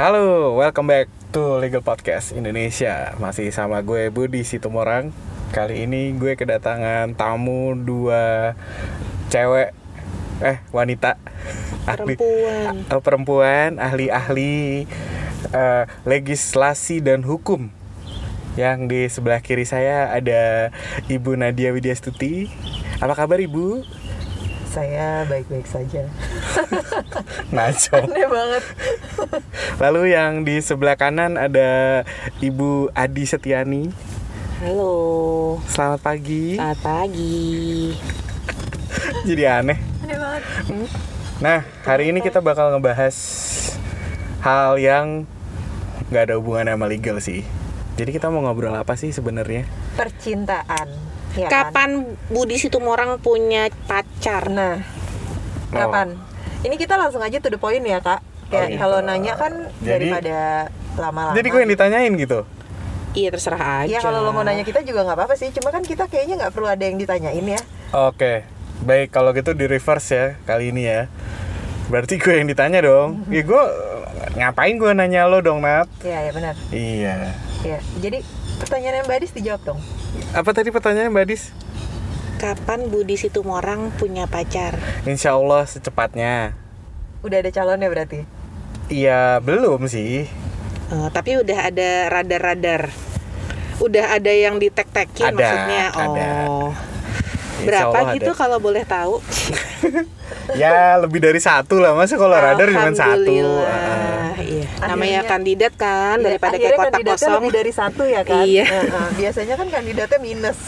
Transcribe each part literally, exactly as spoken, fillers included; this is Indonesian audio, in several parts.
Halo, welcome back to Legal Podcast Indonesia. Masih sama gue Budi Situmorang. Kali ini gue kedatangan tamu dua cewek Eh, wanita ahli, Perempuan uh, Perempuan, ahli-ahli uh, legislasi dan hukum. Yang di sebelah kiri saya ada Ibu Nadia Widyastuti. Apa kabar Ibu? saya baik-baik saja. Naco. Aneh banget. Lalu yang di sebelah kanan ada Ibu Adi Setiani. Halo. Selamat pagi. Selamat pagi. Jadi aneh. Aneh banget. Nah, hari ini kita bakal ngebahas hal yang nggak ada hubungannya sama legal sih. Jadi kita mau ngobrol apa sih sebenarnya? Percintaan. Ya Kapan kan? Budi Situmorang punya pacar? Nah, Oh. kapan? Ini kita langsung aja to the point ya kak. Kayak gitu. kalau nanya kan Jadi- daripada lama-lama. Jadi gue yang ditanyain gitu. Iya terserah aja. Ya kalau lo mau nanya kita juga nggak apa-apa sih. Cuma kan kita kayaknya nggak perlu ada yang ditanyain ya. Oke, baik kalau gitu di reverse ya kali ini ya. Berarti gue yang ditanya dong. Ya gue ngapain gue nanya lo dong, Nat? Iya ya benar. Iya. Ya. Jadi pertanyaan Mbak Adis dijawab dong. Apa tadi pertanyaannya Mbak Dis? Kapan Budi Situmorang punya pacar? Insya Allah secepatnya. Udah ada calonnya berarti. Iya, belum sih. Oh, tapi udah ada radar-radar. Udah ada yang ditek-tekin Ada, maksudnya. ada. Oh. Insya Berapa Allah gitu ada. kalau boleh tahu? Ya lebih dari satu lah. Masa kalau radar cuma satu. Alhamdulillah. Iya. Namanya Akhirnya- kandidat kan Iya, daripada akhirnya kayak kotak kandidatnya kosong. lebih dari satu ya kan. Iya. Nah, biasanya kan kandidatnya minus.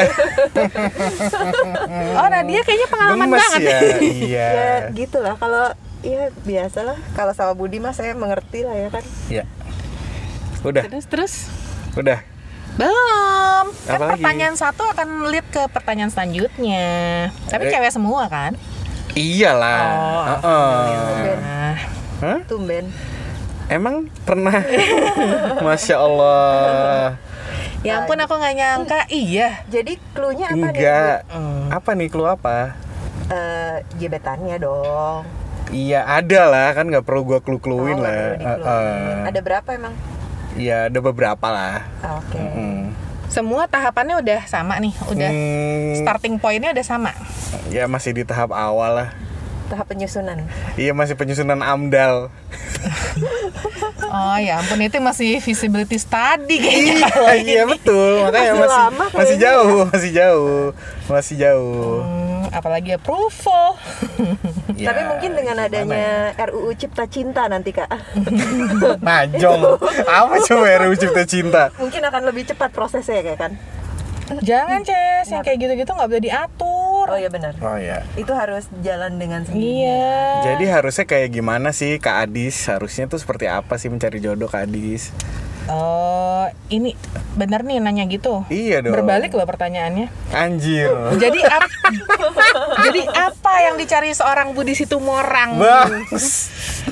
Oh, Nadia kayaknya pengalaman Gemes banget. ya. Iya. Ya gitulah kalau ya biasalah kalau sama Budi mah saya mengerti lah ya kan. Iya. Udah, Terus terus udah. belum. Kan Apalagi? pertanyaan satu akan lead ke pertanyaan selanjutnya. Tapi Eh. cewek semua kan? Iyalah. Oh, Heeh. Nah, Hah? Tumben. Emang pernah? Masya Allah. ya ampun aku nggak nyangka. Iya. Jadi cluenya apa Enggak. Hmm. Apa nih clue apa? nih? Eh, gebetannya dong. Iya ada lah, kan nggak perlu gua clue-cluein Oh, nggak lah. perlu di-cluein. Heeh. Ada berapa emang? Iya ada beberapa lah. Ah, Oke. Mm. Semua tahapannya udah sama nih. Udah Hmm, starting pointnya udah sama. ya masih di tahap awal lah. Tahap penyusunan. Iya masih penyusunan AMDAL. Oh ya ampun itu masih feasibility study kayaknya. Iya, iya betul. Makanya Masih masih lama masih kayaknya. jauh, masih jauh, masih jauh. Hmm, apalagi approval. Ya, Tapi mungkin dengan gimana adanya R U U Cipta Cinta nanti kak, ya? Najong. Apa coba R U U Cipta Cinta? mungkin akan lebih cepat prosesnya kayak kan. Jangan Ces, yang kayak gitu-gitu nggak boleh diatur. Oh iya benar. Oh ya. Itu harus jalan dengan sendirinya. Iya. Jadi harusnya kayak gimana sih Kak Adis? Harusnya tuh seperti apa sih mencari jodoh Kak Adis? Oh, ini bener nih nanya gitu. Iya dong. Berbalik loh pertanyaannya. Anjir. Jadi apa? Jadi apa yang dicari seorang Budi Situmorang? Bangs.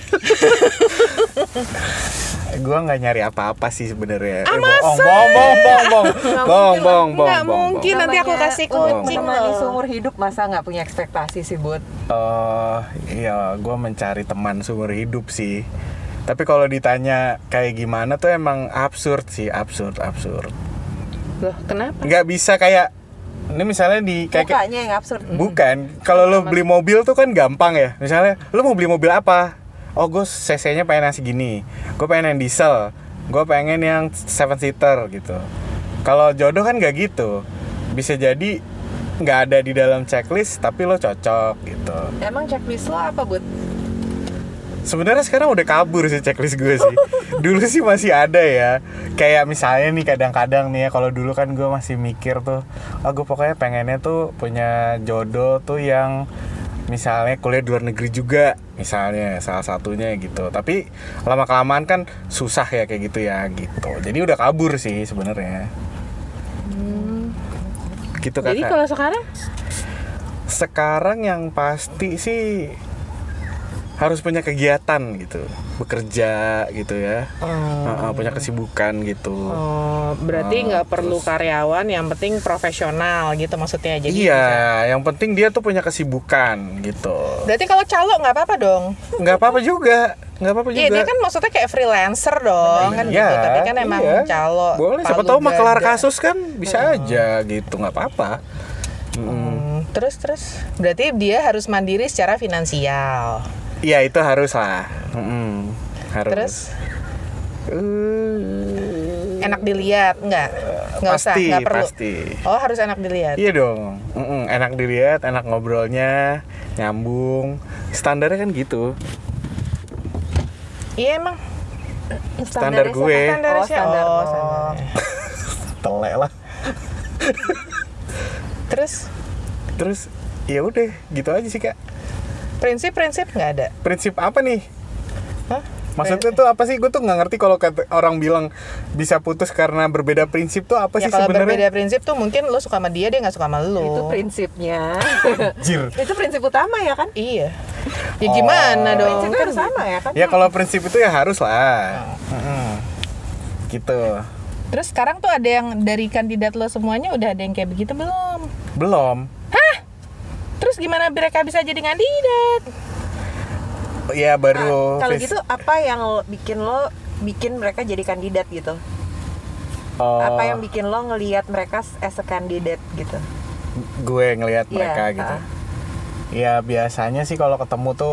Gua nggak nyari apa-apa sih sebenarnya. Ah, Eh, masa? bohong, bohong, bohong, bohong, bohong, bohong, bohong, bohong, Nggak bohong, mungkin. bohong. Nanti aku kasih untuk coaching menemani loh. seumur hidup masa nggak punya ekspektasi sih Bud. Oh, iya, gua mencari teman seumur hidup sih. Tapi kalau ditanya kayak gimana tuh emang absurd sih, absurd, absurd. Loh, kenapa? Nggak bisa kayak ini misalnya di kayak Mukanya yang absurd. bukan. Kalau lo beli mobil tuh kan gampang ya. Misalnya lo mau beli mobil apa? Oh, gue cc-nya pengen yang segini. Gue pengen yang diesel. Gue pengen yang seven seater gitu. Kalau jodoh kan nggak gitu. Bisa jadi nggak ada di dalam checklist, tapi lo cocok gitu. Emang checklist lo apa Bud? Sebenarnya sekarang udah kabur sih checklist gue sih. Dulu sih masih ada ya. Kayak misalnya nih kadang-kadang nih ya, kalau dulu kan gue masih mikir tuh, ah gue pokoknya pengennya tuh punya jodoh tuh yang misalnya kuliah di luar negeri juga, misalnya salah satunya gitu. Tapi lama kelamaan kan susah ya kayak gitu ya gitu. Jadi udah kabur sih sebenarnya. Hmm. Gitu kakak. Jadi kalau sekarang Sekarang yang pasti sih harus punya kegiatan gitu, bekerja gitu ya, oh, uh, punya kesibukan gitu. oh, berarti Oh, nggak perlu terus. karyawan, yang penting profesional gitu maksudnya. Jadi Iya, bisa. yang penting dia tuh punya kesibukan gitu. Berarti kalau calo nggak apa-apa dong. Nggak apa-apa juga. nggak apa-apa juga. Iya, dia kan maksudnya kayak freelancer dong kan Iya, gitu. Tapi kan emang iya. calo. Boleh, siapa palu tahu mah kelar gada. kasus kan bisa aja gitu, nggak apa-apa. Mm. Hmm, terus terus berarti dia harus mandiri secara finansial. Iya itu harus lah. Mm-mm, harus. Terus Uh, enak dilihat nggak? Nggak usah, pasti, nggak perlu. pasti. Oh harus enak dilihat. Iya dong. Mm-mm, enak dilihat, enak ngobrolnya, nyambung. Standarnya kan gitu. Iya emang. Standar Standarnya gue. siapa? Standarnya Oh, standar. oh, Oh. standarnya. Telek lah. Terus Terus ya udah gitu aja sih kak. prinsip-prinsip nggak ada. Prinsip apa nih? Hah? Maksudnya tuh apa sih? Gue tuh nggak ngerti kalau kata orang bilang bisa putus karena berbeda prinsip tuh apa Ya sih kalau berbeda sebenarnya? prinsip tuh mungkin lo suka sama dia, dia nggak suka sama lo. Itu prinsipnya. Jir. Itu prinsip utama ya kan? Iya. Ya Oh. gimana dong? Prinsipnya Kan harus sama ya kan? Ya kalau prinsip itu ya harus lah. Mm-mm. Gitu. Terus sekarang tuh ada yang dari kandidat lo semuanya udah ada yang kayak begitu belum? Belum. Terus gimana mereka bisa jadi kandidat? Ya baru. Ah, kalau vis- gitu apa yang lo- bikin lo bikin mereka jadi kandidat gitu? Oh, Apa yang bikin lo ngelihat mereka as a kandidat gitu? gue ngelihat Iya, mereka gitu. ah. Ya biasanya sih kalau ketemu tuh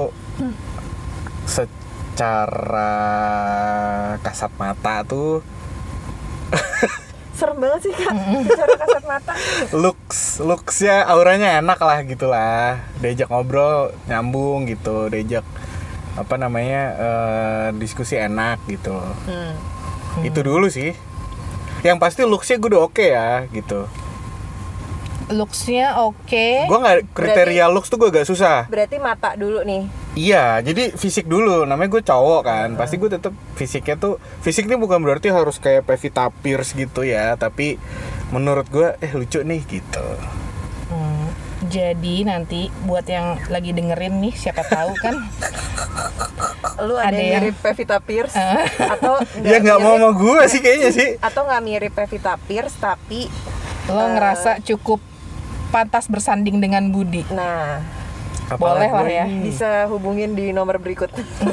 secara kasat mata tuh Serem banget sih kan, bicara kasat mata. looks looksnya auranya enak lah gitulah, diajak ngobrol nyambung gitu, diajak apa namanya eh, diskusi enak gitu. Hmm. Itu dulu sih. Yang pasti looksnya gue udah oke ya gitu. Looksnya oke. Gue nggak kriteria looks tuh gue gak susah. Berarti mata dulu nih. Iya, jadi fisik dulu. Namanya gue cowok kan. Pasti gue tetap fisiknya tuh, fisik ini bukan berarti harus kayak Pevita Pierce gitu ya. Tapi menurut gue eh lucu nih gitu. Hmm, jadi nanti buat yang lagi dengerin nih, siapa tahu kan Lu ada, Ada yang yang- mirip Pevita Pierce atau Ya nggak mau sama gue sih kayaknya sih. atau nggak mirip Pevita Pierce tapi lo ngerasa cukup pantas bersanding dengan Budi. nah Boleh lah gue ya. ini. bisa hubungin di nomor berikut.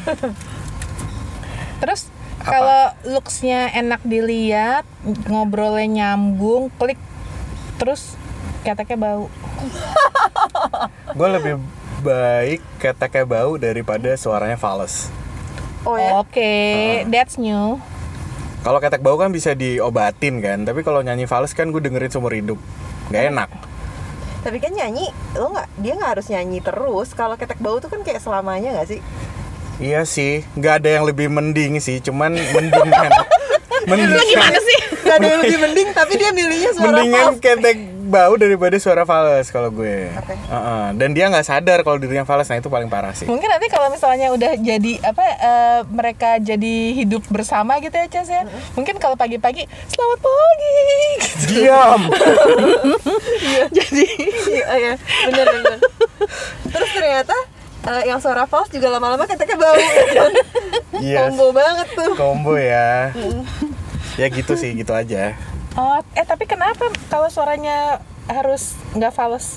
Terus Apa? kalau looksnya enak dilihat, ngobrolnya nyambung, klik, terus keteknya bau. Gue lebih baik keteknya bau daripada suaranya fals. Oh ya. Oke, that's new. Kalau ketek bau kan bisa diobatin kan. Tapi kalau nyanyi fals kan gue dengerin seumur hidup. Gak enak. Tapi kan nyanyi lo nggak dia nggak harus nyanyi terus. Kalau ketek bau tuh kan kayak selamanya nggak sih? Iya sih, nggak ada yang lebih mending sih, cuman mending kan. Mending Gimana sih? Gak ada yang lebih mending tapi dia milihnya suara mendingan false. ketek bau daripada suara fals kalau gue. Oke. Uh-uh. Dan dia nggak sadar kalau dirinya fals, nah itu paling parah sih. Mungkin nanti kalau misalnya udah jadi apa eh, mereka jadi hidup bersama gitu ya Cas ya. Mungkin kalau pagi-pagi selamat pagi gitu. Diam. Jadi Iya, iya, bener bener. Terus ternyata eh, yang suara false juga lama-lama keteknya bau. Yes. Combo banget tuh. Combo ya. Ya gitu sih, gitu aja. oh eh tapi kenapa kalau suaranya harus nggak fals?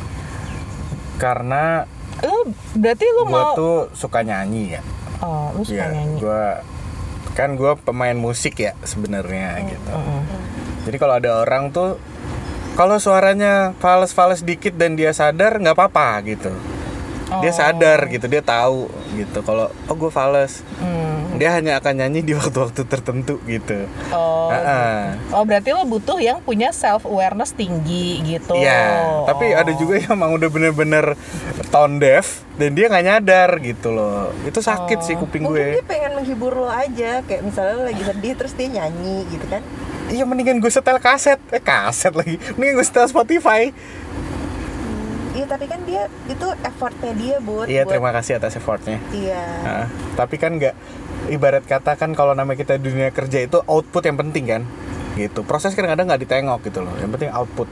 Karena Lu berarti lu gue mau tuh suka nyanyi ya. oh lu suka Iya, nyanyi. gue kan gue pemain musik ya sebenarnya gitu. Mm-mm. Jadi kalau ada orang tuh kalau suaranya fals-fals dikit dan dia sadar nggak apa-apa gitu. Dia Oh. sadar gitu, dia tahu gitu. Kalau oh gue fals, Hmm. dia hanya akan nyanyi di waktu-waktu tertentu gitu. Oh, Ah-ah. gitu. Oh berarti lo butuh yang punya self awareness tinggi gitu. Iya, tapi Oh. ada juga yang emang udah bener-bener tone deaf dan dia nggak nyadar gitu loh. Itu sakit sih kuping Mungkin gue. dia pengen menghibur lo aja. Kayak misalnya lo lagi sedih terus dia nyanyi gitu kan. Iya mendingan gue setel kaset, eh kaset lagi. Mendingan gue setel Spotify. Iya tapi kan dia itu effortnya dia buat Iya buat- terima kasih atas effortnya. Iya. Nah, tapi kan nggak ibarat kata kan kalau namanya kita dunia kerja itu output yang penting kan, gitu. Proses kadang-kadang nggak ditengok gitu loh. Yang penting output.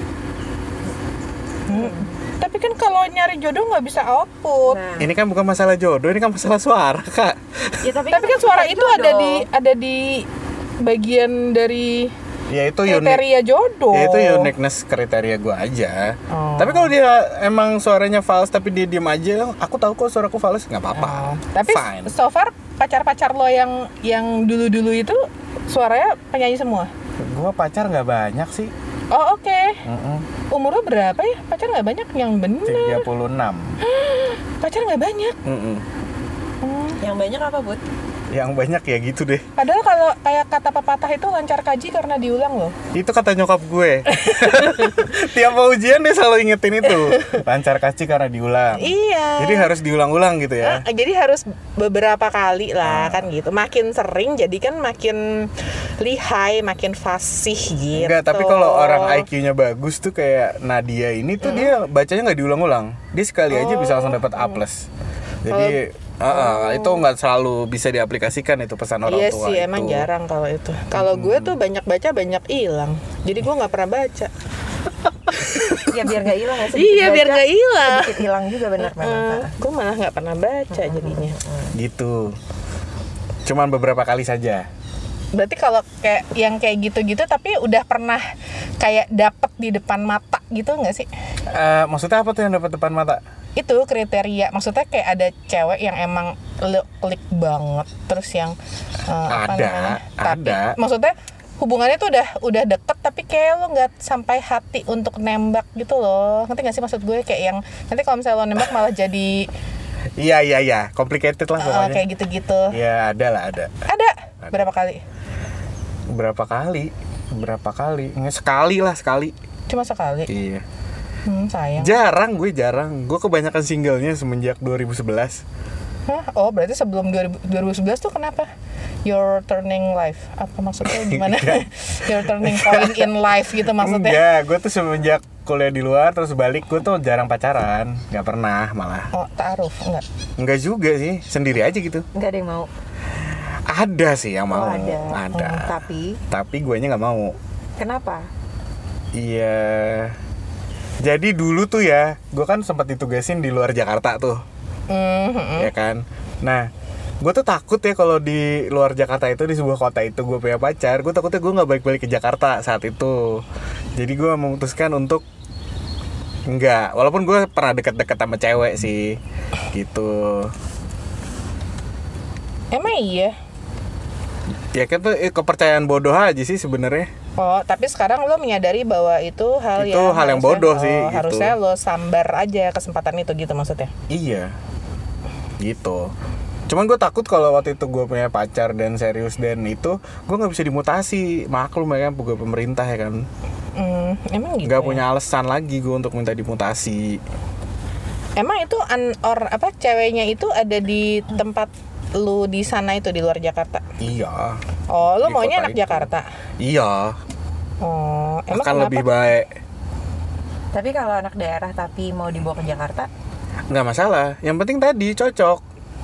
Hmm. Tapi kan kalau nyari jodoh nggak bisa output. Nah, Ini kan bukan masalah jodoh, ini kan masalah suara kak. ya, tapi, Tapi kan suara itu jodoh. ada di ada di bagian dari Ya itu unik. kriteria jodoh. Ya itu uniqueness kriteria gue aja. Oh. Tapi kalau dia emang suaranya fals tapi dia diem aja, aku tahu kok suaraku fals, nggak Oh. apa-apa. Tapi Fine. so far pacar-pacar lo yang yang dulu-dulu itu suaranya penyanyi semua. Gue pacar nggak banyak sih. Oh oke. Mm-mm. Umur lo berapa ya? Pacar nggak banyak yang bener. tiga puluh enam. Pacar nggak banyak. Mm-mm. Hmm. Yang banyak apa, Bud? Yang banyak ya gitu deh. Padahal kalau kayak kata pepatah itu lancar kaji karena diulang loh. Itu kata nyokap gue. Tiap mau ujian dia selalu ingetin itu. Lancar kaci karena diulang. Iya. Jadi harus diulang-ulang gitu ya. Ah, jadi harus beberapa kali lah kan gitu. Makin sering jadi kan makin lihai, makin fasih gitu. Enggak, tapi kalau orang I Q-nya bagus tuh kayak Nadia ini tuh dia bacanya nggak diulang-ulang. Dia sekali aja bisa langsung dapat A plus. Jadi uh, uh, itu nggak selalu bisa diaplikasikan itu pesan orang Iya tua sih, itu. emang jarang kalau itu. Kalau gue tuh banyak baca banyak hilang. Jadi gue nggak pernah baca. Ya biar nggak hilang ya. Iya, biar nggak hilang. Sedikit hilang juga benar memang. Uh, gue malah nggak pernah baca jadinya. Gitu. Cuman beberapa kali saja. Berarti kalau kayak yang kayak gitu-gitu tapi udah pernah kayak dapet di depan mata gitu nggak sih? Uh, maksudnya apa tuh yang dapat depan mata? Itu kriteria, maksudnya kayak ada cewek yang emang lo klik banget, terus yang uh, apa Ada, namanya? Tapi ada. maksudnya hubungannya tuh udah udah deket tapi kayak lo nggak sampai hati untuk nembak gitu loh. Ngerti nggak sih maksud gue, kayak yang nanti kalau misalnya lo nembak malah jadi Iya iya iya, complicated lah uh, pokoknya. kayak gitu-gitu. Ya ada lah ada. Ada. Berapa kali? Berapa kali? Berapa kali? Nggak, sekali lah sekali. Cuma sekali. Iya. Hmm, sayang. Jarang gue jarang. Gue kebanyakan singlenya semenjak dua ribu sebelas. Hah? Oh, berarti sebelum dua ribu, dua ribu sebelas tuh kenapa? Your turning life. Apa maksudnya gimana? Your turning point in life gitu maksudnya. Enggak, gue tuh semenjak kuliah di luar terus balik gue tuh jarang pacaran, nggak pernah malah. Oh, ta'aruf enggak? Enggak juga sih, sendiri aja gitu. Nggak ada yang mau. Ada sih yang mau. Oh, ada. Ada. Hmm, tapi Tapi guenya nggak mau. kenapa? Iya. Jadi dulu tuh ya, gue kan sempat ditugasin di luar Jakarta tuh, Mhm. ya kan. Nah, gue tuh takut ya kalau di luar Jakarta itu, di sebuah kota itu gue punya pacar, gue takutnya gue nggak balik-balik ke Jakarta saat itu. Jadi gue memutuskan untuk enggak, walaupun gue pernah deket-deket sama cewek sih, gitu. Emang iya. Ya kan tuh eh, kepercayaan bodoh aja sih sebenarnya. Oh, tapi sekarang lo menyadari bahwa itu hal Itu yang hal yang harusnya- bodoh oh, sih, gitu. harusnya lo sambar aja kesempatan itu gitu maksudnya. Iya, gitu. Cuman gue takut kalau waktu itu gue punya pacar dan serius dan itu gue nggak bisa dimutasi, maklum ya kan, gue pemerintah ya kan, Hmm, emang gitu. nggak ya? punya alasan lagi gue untuk minta dimutasi. Emang itu an or apa ceweknya itu ada di tempat lu di sana itu di luar Jakarta? Iya. Oh, lu Di maunya kota anak itu. Jakarta. Iya. Oh, emang Akan kenapa? lebih baik. Tapi kalau anak daerah tapi mau dibawa ke Jakarta, Nggak masalah. Yang penting tadi cocok.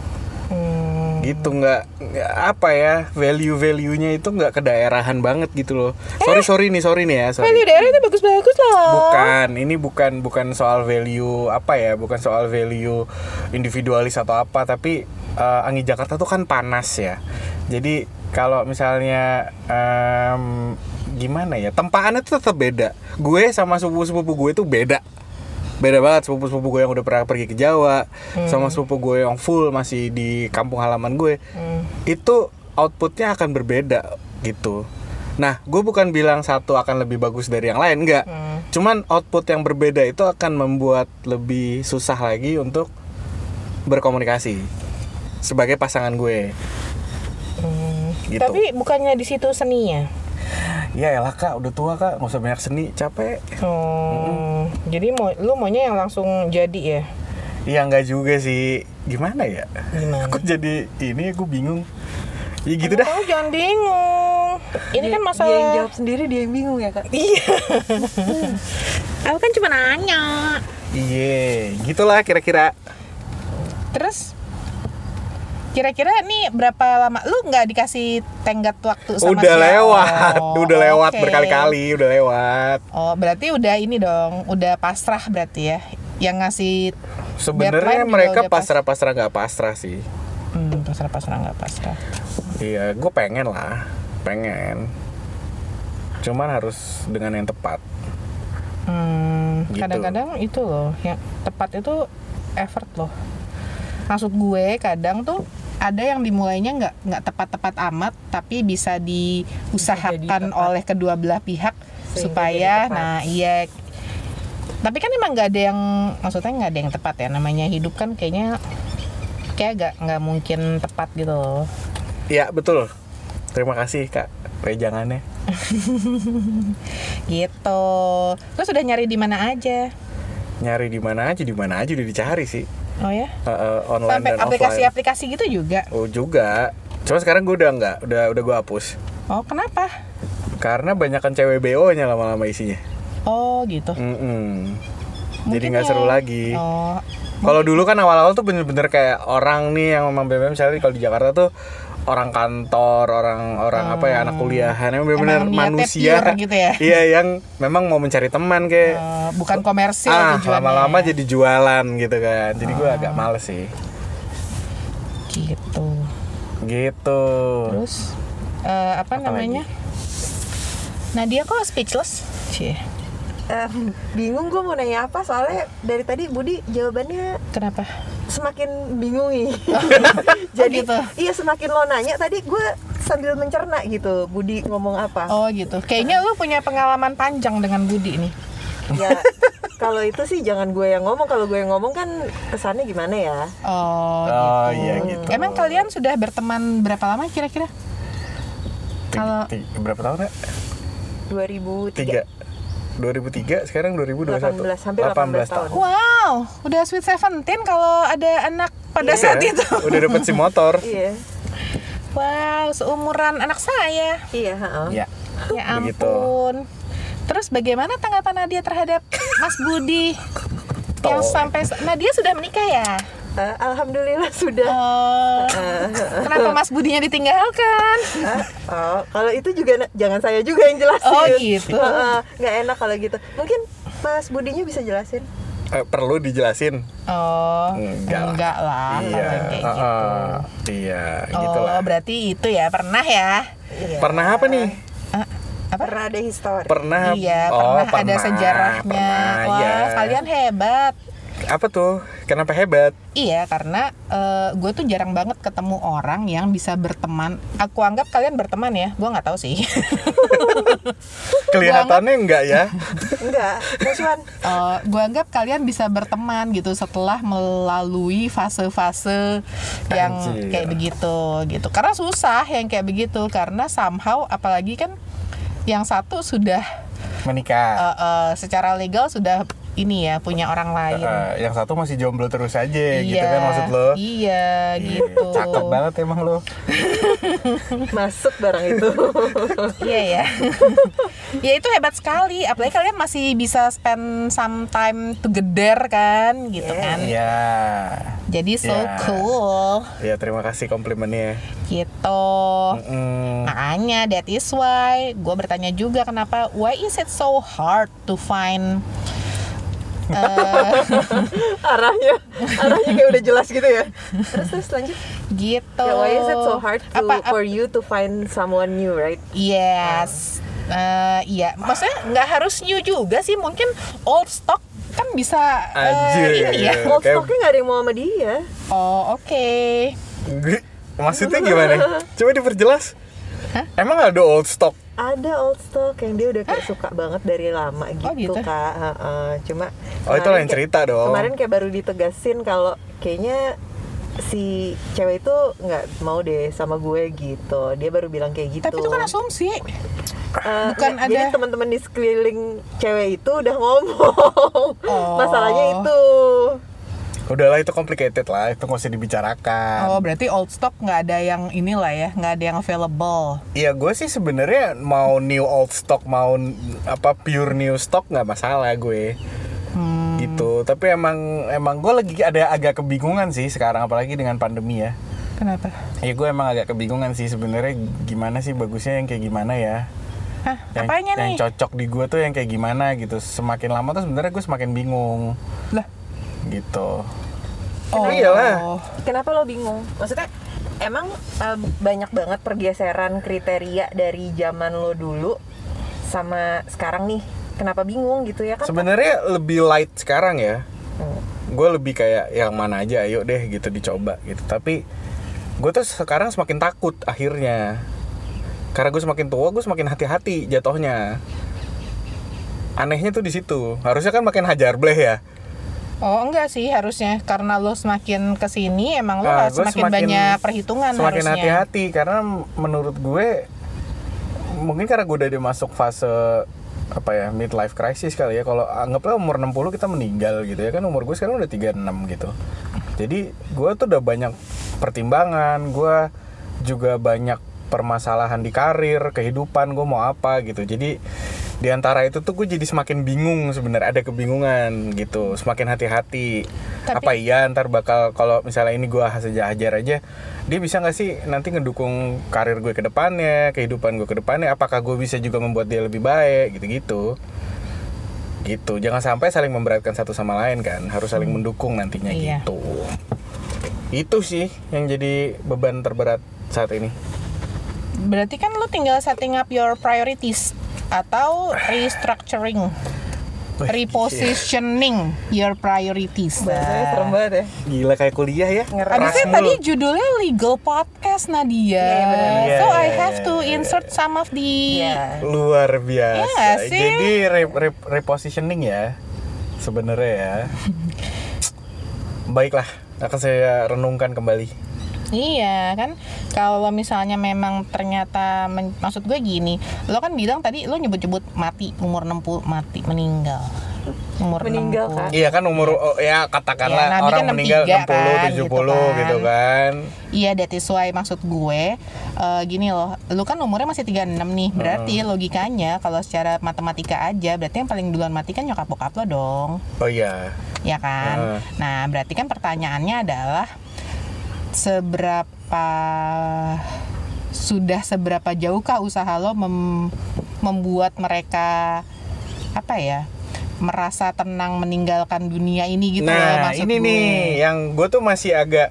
Hmm. Gitu, nggak nggak apa ya, value valuenya itu nggak kedaerahan banget gitu loh. Sorry sorry nih sorry nih ya. Sorry. Value daerah itu bagus-bagus loh. Bukan, ini bukan bukan soal value apa ya, bukan soal value individualis atau apa, tapi uh, angin Jakarta tuh kan panas ya. Jadi kalau misalnya um, gimana ya, tempaannya tuh tetap beda. Gue sama sepupu-sepupu gue tuh beda. Beda banget, sepupu-sepupu gue yang udah pernah pergi ke Jawa, hmm. sama sepupu gue yang full masih di kampung halaman gue. Hmm. Itu outputnya akan berbeda gitu. Nah, gue bukan bilang satu akan lebih bagus dari yang lain, enggak. Hmm. Cuman output yang berbeda itu akan membuat lebih susah lagi untuk berkomunikasi sebagai pasangan gue. Hmm. Gitu. Tapi bukannya di situ seninya? Ya elah kak, udah tua kak, nggak usah banyak seni, capek. Oh, hmm. Jadi mau lu maunya yang langsung jadi ya? Iya nggak juga sih, gimana ya? Gimana? Aku jadi ini, aku bingung. Ya gitu Aduh, dah. kamu jangan bingung. Ini dia, kan masalah. dia yang jawab sendiri, dia yang bingung ya kak. Iya. Aku kan cuma nanya. Iya, gitulah kira-kira. Terus kira-kira nih berapa lama lu nggak dikasih tenggat waktu sama Udah si- lewat, Oh, udah lewat oke. berkali-kali, udah lewat. Oh, berarti udah ini dong, udah pasrah berarti ya. Yang ngasih Sebenarnya deadline juga mereka udah pas- pasrah-pasrah nggak pasrah sih. Hmm, pasrah-pasrah nggak pasrah. Iya, gue pengen lah, pengen. Cuman harus dengan yang tepat. Hmm, Gitu. kadang-kadang itu loh, yang tepat itu effort loh. Maksud gue kadang tuh ada yang dimulainya nggak nggak tepat-tepat amat, tapi bisa diusahakan tepat. oleh kedua belah pihak Sehingga supaya, jadi tepat. nah iya. Tapi kan emang nggak ada yang, maksudnya nggak ada yang tepat ya. Namanya hidup kan kayaknya kayak nggak nggak mungkin tepat gitu loh. Iya betul. Terima kasih kak wejangannya. Gitu. Terus udah nyari di mana aja? Nyari di mana aja, di mana aja udah dicari sih. Oh ya? Uh, uh, online Sampai dan offline. aplikasi-aplikasi gitu juga. Oh juga. Cuma sekarang gue udah enggak, udah udah gue hapus. Oh kenapa? Karena banyakan cewek B O-nya lama-lama isinya. Oh gitu. Mm-mm. Jadi Mungkin nggak ya. seru lagi. Oh. Kalau dulu kan awal-awal tuh bener-bener kayak orang nih yang memang B B M, misalnya kalau di Jakarta tuh orang kantor, orang-orang apa ya, anak kuliahan yang bener-bener Emang niatnya manusia pure gitu ya? Iya, yang memang mau mencari teman kayak Eh, bukan komersil ah tujuannya. lama-lama jadi jualan gitu kan. Jadi gue agak males sih. Gitu. Gitu. Terus eh, apa, Apa namanya? Nadia kok speechless? Cie. Em, bingung gue mau nanya apa, soalnya dari tadi Budi jawabannya Kenapa? semakin bingung nih. Jadi gitu. iya, semakin lo nanya tadi gue sambil mencerna gitu Budi ngomong apa. Oh gitu. Kayaknya lu punya pengalaman panjang dengan Budi nih. Ya kalau itu sih jangan gue yang ngomong, kalau gue yang ngomong kan kesannya gimana ya. Oh, Oh, gitu. iya gitu. Emang kalian sudah berteman berapa lama kira-kira? Kalau Tiga- tiga- berapa tahun ya? dua ribu tiga. Tiga. dua ribu tiga, sekarang dua ribu dua puluh satu. delapan belas, hampir delapan belas tahun. wow, udah sweet seventeen kalau ada anak pada Iya. saat itu. Udah dapet si motor. Iya. Wow, seumuran anak saya. Iya, heeh. Iya. Ya Begitu. ampun. Terus bagaimana tanggapan Nadia terhadap Mas Budi? Yang Toh. sampai Nadia sudah menikah ya? Eh, alhamdulillah sudah. Oh, kenapa Mas Budinya ditinggalkan? Ah, oh, kalau itu juga na- jangan saya juga yang jelasin. Oh, gitu. Heeh, nggak enak kalau gitu. Mungkin Mas Budinya bisa jelasin. Eh, perlu dijelasin. Oh, Enggak lah. enggak lah kalau Iya. yang kayak gitu. uh-uh. Iya, gitu Oh, lah. berarti itu ya, pernah ya? Iya. Pernah apa nih? Ah, apa? Pernah ada histori. Pernah. Iya, Oh, pernah, ada sejarahnya. Pernah, Wah, ya. kalian hebat. Apa tuh? Kenapa hebat? Iya, karena gue tuh jarang banget ketemu orang yang bisa berteman. Aku anggap kalian berteman ya, gue nggak tahu sih. Kelihatannya enggak ya? Enggak, musuhan. gue anggap kalian bisa berteman gitu setelah melalui fase-fase yang Anjir. kayak begitu gitu. Karena susah yang kayak begitu, karena somehow apalagi kan yang satu sudah Menikah. uh, uh, secara legal sudah ini ya punya orang lain. Uh, yang satu masih jomblo terus aja gitu Iya, kan maksud lo? Iya, gitu. Cakep banget emang lo. Masuk barang itu. Iya ya. Ya itu hebat sekali. Apalagi kalian masih bisa spend some time together kan, gitu Yeah. kan. Iya. Jadi so Yeah. cool, Ya terima kasih komplimennya. gitu. Mm-mm. Makanya that is why gue bertanya juga kenapa why is it so hard to find arahnya, arahnya kayak udah jelas gitu ya. Terus terus lanjut. gitu. Ya, why is it so hard to, Apa- for you to find someone new, right? Yes. Eh, iya, maksudnya nggak harus new juga sih, mungkin old stock kan bisa eh, Anjir. ini ya. Old Kayak- stocknya nggak ada yang mau sama dia. Oh oke. Gue- Maksudnya gimana? Coba diperjelas. Hah? Emang ada old stock? Ada old stock yang dia udah kayak suka banget dari lama gitu, Oh, gitu? Kak. Heeh, cuma Oh, itu kemarin lain kayak- cerita dong. Kemarin kayak baru ditegasin kalau kayaknya si cewek itu nggak mau deh sama gue gitu. Dia baru bilang kayak gitu. Tapi itu kan asumsi. Eh, bukan nggak, Jadi ada- teman-teman di sekeliling cewek itu udah ngomong. Oh. Masalahnya itu. Udahlah itu complicated lah, itu nggak usah dibicarakan. Oh berarti old stock nggak ada yang inilah ya, nggak ada yang available. Iya gue sih sebenarnya mau new old stock mau n- apa pure new stock nggak masalah gue. Hmm. Gitu. Tapi emang emang gue lagi ada agak kebingungan sih sekarang apalagi dengan pandemi ya. Kenapa? Ya gue emang agak kebingungan sih sebenarnya gimana sih bagusnya yang kayak gimana ya. Hah, Yang, apanya yang nih? cocok di gue tuh yang kayak gimana gitu. Semakin lama tuh sebenarnya gue semakin bingung Lah. gitu. Oh iyalah. Kenapa lo bingung? Maksudnya emang eh, banyak banget pergeseran kriteria dari zaman lo dulu sama sekarang nih, kenapa bingung gitu ya kan? Sebenarnya lebih light sekarang ya. Hmm. Gue lebih kayak yang mana aja ayo deh gitu dicoba gitu. Tapi gue tuh sekarang semakin takut akhirnya. Karena gue semakin tua, gue semakin hati-hati jatuhnya. Anehnya tuh di situ. Harusnya kan makin hajar bleh ya. Oh enggak sih harusnya, karena lo semakin kesini emang lo Nah, semakin, gua semakin banyak perhitungan semakin harusnya. hati-hati karena menurut gue mungkin karena gue udah masuk fase apa ya midlife crisis kali ya. Kalau anggaplah umur enam puluh kita meninggal gitu ya kan, umur gue sekarang udah tiga puluh enam gitu. Jadi gue tuh udah banyak pertimbangan, gue juga banyak permasalahan di karir, kehidupan gue mau apa gitu. Jadi di antara itu tuh gue jadi semakin bingung sebenarnya, ada kebingungan gitu, semakin hati-hati. Tapi, apa iya ntar bakal kalau misalnya ini gue saja hajar aja, dia bisa nggak sih nanti ngedukung karir gue ke depannya, kehidupan gue ke depannya, apakah gue bisa juga membuat dia lebih baik gitu-gitu. Gitu, jangan sampai saling memberatkan satu sama lain kan, harus saling mendukung nantinya Iya. gitu. Itu sih yang jadi beban terberat saat ini. Berarti kan lo tinggal setting up your priorities atau restructuring, repositioning your priorities. Bahasanya serem banget ya. Gila kayak kuliah ya. Habisnya tadi judulnya legal podcast Nadia. Iya, benar. So Iya, I iya, have iya, to iya. insert some of the Iya. Luar biasa. Iya nggak sih? Jadi re- re- repositioning ya sebenarnya ya. Baiklah, akan saya renungkan kembali. Iya kan, kalau misalnya memang ternyata men- maksud gue gini, lo kan bilang tadi lo nyebut-nyebut mati umur enam puluh, mati meninggal umur Meninggal, enam puluh. Kak. Iya kan umur oh, ya katakanlah Ya, Nabi orang kan meninggal enam puluh tiga enam puluh kan, tujuh gitu puluh kan. gitu kan. Iya, that is why maksud gue uh, gini loh, lu kan umurnya masih tiga puluh enam nih, berarti Hmm. logikanya kalau secara matematika aja, berarti yang paling duluan mati kan nyokap bokap lo dong, Oh iya. ya kan? Hmm. Nah, berarti kan pertanyaannya adalah seberapa sudah seberapa jauhkah usaha lo mem- membuat mereka apa ya, merasa tenang meninggalkan dunia ini gitu loh, Nah maksud ini gue. nih yang gue tuh masih agak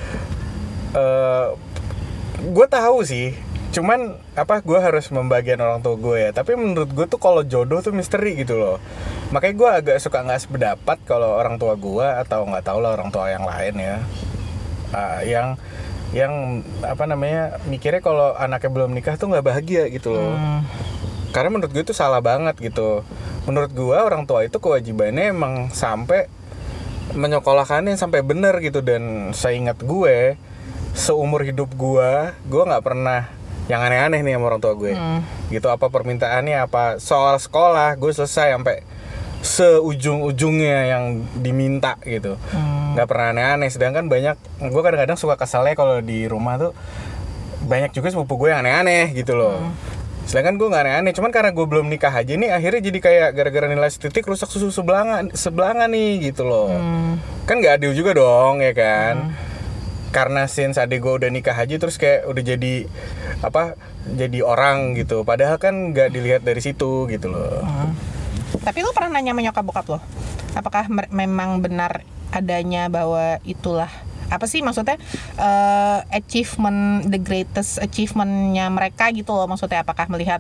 uh, gue tahu sih, cuman apa gue harus membagian orang tua gue ya. Tapi menurut gue tuh kalau jodoh tuh misteri gitu loh. Makanya gue agak suka nggak sependapat kalau orang tua gue atau nggak tahu lah orang tua yang lain ya, uh, yang yang apa namanya mikirnya kalau anaknya belum nikah tuh nggak bahagia gitu loh. Hmm. Karena menurut gue itu salah banget gitu. Menurut gue orang tua itu kewajibannya emang sampai menyekolahkannya sampai bener gitu. Dan seingat gue seumur hidup gue, gue nggak pernah yang aneh-aneh nih sama orang tua gue. Hmm. Gitu apa permintaannya, apa soal sekolah gue selesai sampai seujung-ujungnya yang diminta gitu. Hmm. Nggak pernah aneh-aneh. Sedangkan banyak, gue kadang-kadang suka keselnya kalau di rumah tuh banyak juga sepupu gue yang aneh-aneh gitu loh. Hmm. Sedangkan gue nggak aneh-aneh, cuman karena gue belum nikah aja nih, akhirnya jadi kayak gara-gara nilai titik rusak susu sebelanga, sebelanga nih gitu loh. Hmm. Kan nggak adil juga dong ya kan. Hmm. Karena since adik gue udah nikah aja terus kayak udah jadi apa, jadi orang gitu. Padahal kan nggak dilihat dari situ gitu loh. Hmm. Tapi lu pernah nanya sama nyokap bokap lo, apakah mer- memang benar adanya bahwa itulah apa sih maksudnya uh, achievement, the greatest achievementnya mereka gitu loh, maksudnya apakah melihat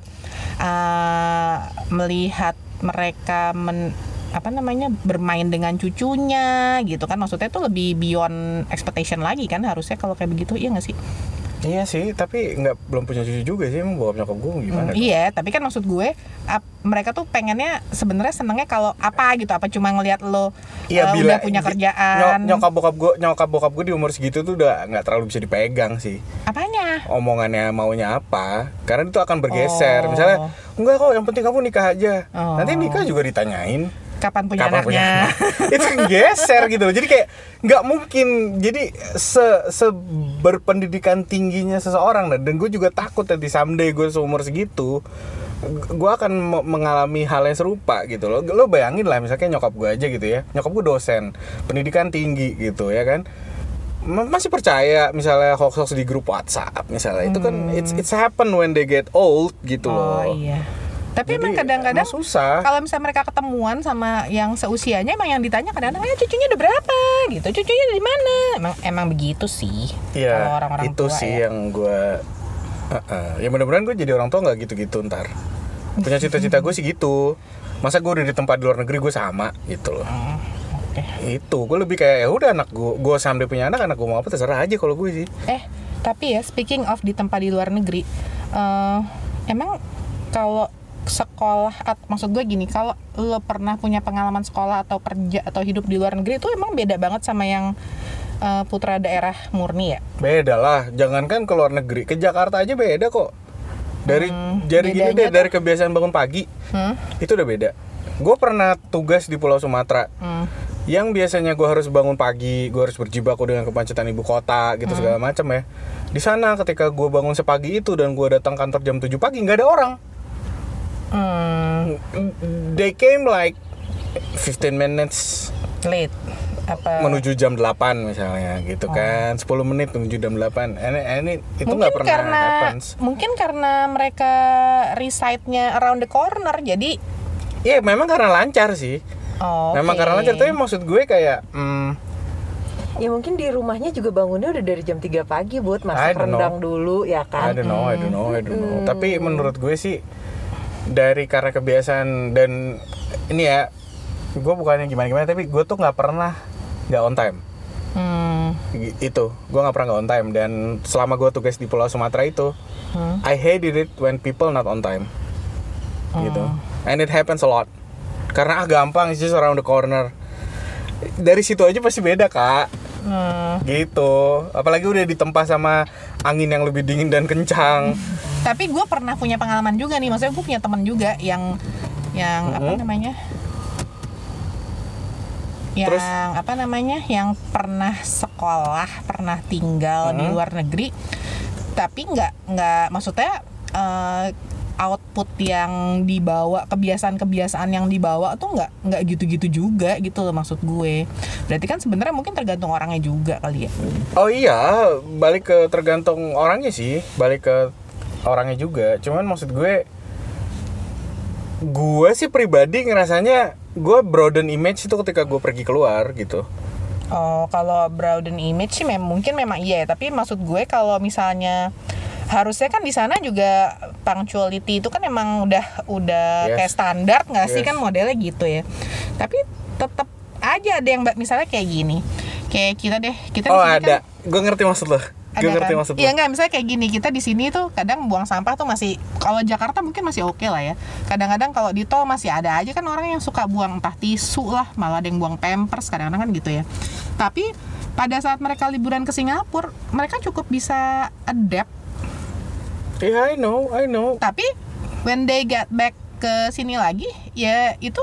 uh, melihat mereka men, apa namanya bermain dengan cucunya gitu kan, maksudnya itu lebih beyond expectation lagi kan harusnya kalau kayak begitu, iya nggak sih? Iya sih, tapi nggak belum punya cucu juga sih, emang bokap nyokap gue gimana? Hmm, iya, tapi kan maksud gue ap, mereka tuh pengennya sebenarnya senengnya kalau apa gitu, apa cuma ngelihat lo iya, uh, bila, udah punya kerjaan. Nyok, nyokap bokap gue, nyokap bokap gue di umur segitu tuh udah nggak terlalu bisa dipegang sih. Apanya? Omongannya maunya apa? Karena itu akan bergeser. Oh. Misalnya, enggak kok, yang penting kamu nikah aja. Oh. Nanti nikah juga ditanyain. Kapan punya Kapan anaknya? punya itu geser gitu loh. Jadi kayak nggak mungkin. Jadi se, se berpendidikan tingginya seseorang, dan gue juga takut nanti someday gue seumur segitu gue akan mengalami hal yang serupa gitu loh. Lo bayangin lah misalnya nyokap gue aja gitu ya. Nyokap gue dosen, pendidikan tinggi gitu ya kan. Masih percaya misalnya hoax-hoax di grup WhatsApp misalnya. Hmm. Itu kan it's it's happen when they get old gitu loh. Oh iya. Tapi jadi, emang kadang-kadang susah. Kalau misalnya mereka ketemuan sama yang seusianya, emang yang ditanya kadang-kadang, eh cucunya udah berapa gitu, cucunya di mana? Emang emang begitu sih. Iya. Kalau orang-orang Itu tua, sih ya. yang gue, uh-uh. ya mudah-mudahan gue jadi orang tua nggak gitu-gitu ntar. Punya cita-cita gue sih gitu. Masa gue udah di tempat di luar negeri gue sama gitu loh. Hmm, oke. Itu gue lebih kayak ya udah anak gue, gue sampai punya anak, anak gue mau apa terserah aja kalau gue sih. Eh, tapi ya speaking of di tempat di luar negeri, eh, emang kalau sekolah, at, maksud gue gini, kalau lo pernah punya pengalaman sekolah atau kerja atau hidup di luar negeri itu emang beda banget sama yang eh, putra daerah murni ya? Beda lah, jangankan ke luar negeri, ke Jakarta aja beda kok. Dari Hmm, jadi gini bedanya deh, dari kebiasaan bangun pagi, Hmm? itu udah beda. Gue pernah tugas di Pulau Sumatera. Hmm. Yang biasanya gue harus bangun pagi, gue harus berjibaku dengan kemacetan ibu kota gitu Hmm. segala macam ya. Di sana ketika gue bangun sepagi itu dan gue datang kantor jam tujuh pagi nggak ada orang. Hmm, They came like fifteen minutes late apa? menuju jam delapan misalnya gitu kan. sepuluh menit menuju jam delapan. Ini, ini itu Mungkin nggak pernah karena happens. mungkin karena mereka reside-nya around the corner jadi. Iya, memang karena lancar sih. Oh, Memang oke. karena lancar, tapi maksud gue kayak hmm, Ya mungkin di rumahnya juga bangunnya udah dari jam tiga pagi buat I masak don't know. rendang dulu ya I kan. don't know, I don't know, I don't know. Hmm. Tapi menurut gue sih dari karena kebiasaan dan ini ya, gue bukannya gimana-gimana, tapi gue tuh nggak pernah nggak on time. Hmm. G- Itu, gue nggak pernah nggak on time. Dan selama gue tugas di Pulau Sumatera itu, Hmm. I hated it when people not on time. Gitu. And it happens a lot. Karena ah gampang, it's just around the corner. Dari situ aja pasti beda kak. Hmm. Gitu. Apalagi udah ditempa sama angin yang lebih dingin dan kencang. Tapi gue pernah punya pengalaman juga nih, maksudnya gue punya teman juga yang yang apa Mhm. namanya, yang Terus? apa namanya, yang pernah sekolah, pernah tinggal di Mhm. luar negeri, tapi nggak nggak maksudnya eh, output yang dibawa, kebiasaan-kebiasaan yang dibawa tuh nggak nggak gitu-gitu juga gitu loh maksud gue. Berarti kan sebenarnya mungkin tergantung orangnya juga kali ya. Oh iya, balik ke tergantung orangnya sih, balik ke orangnya juga. Cuman maksud gue, gue sih pribadi ngerasanya gue broaden image itu ketika gue pergi keluar gitu. Oh, kalau broaden image sih mem- mungkin memang iya ya, tapi maksud gue kalau misalnya harusnya kan di sana juga punctuality itu kan emang udah udah Yes. kayak standar nggak sih Yes. kan modelnya gitu ya. Tapi tetap aja ada yang mbak- misalnya kayak gini. Kayak kita deh, kita Oh di sini ada, kan gue ngerti maksud lo. Gue ada ngerti kan? maksud lo. Iya enggak, misalnya kayak gini, kita di sini tuh kadang buang sampah tuh masih, kalau Jakarta mungkin masih oke lah ya. Kadang-kadang kalau di tol masih ada aja kan orang yang suka buang entah tisu lah, malah ada yang buang pampers kadang-kadang kan gitu ya. Tapi pada saat mereka liburan ke Singapura, mereka cukup bisa adapt. Iya, I know, I know. Tapi when they get back ke sini lagi, ya itu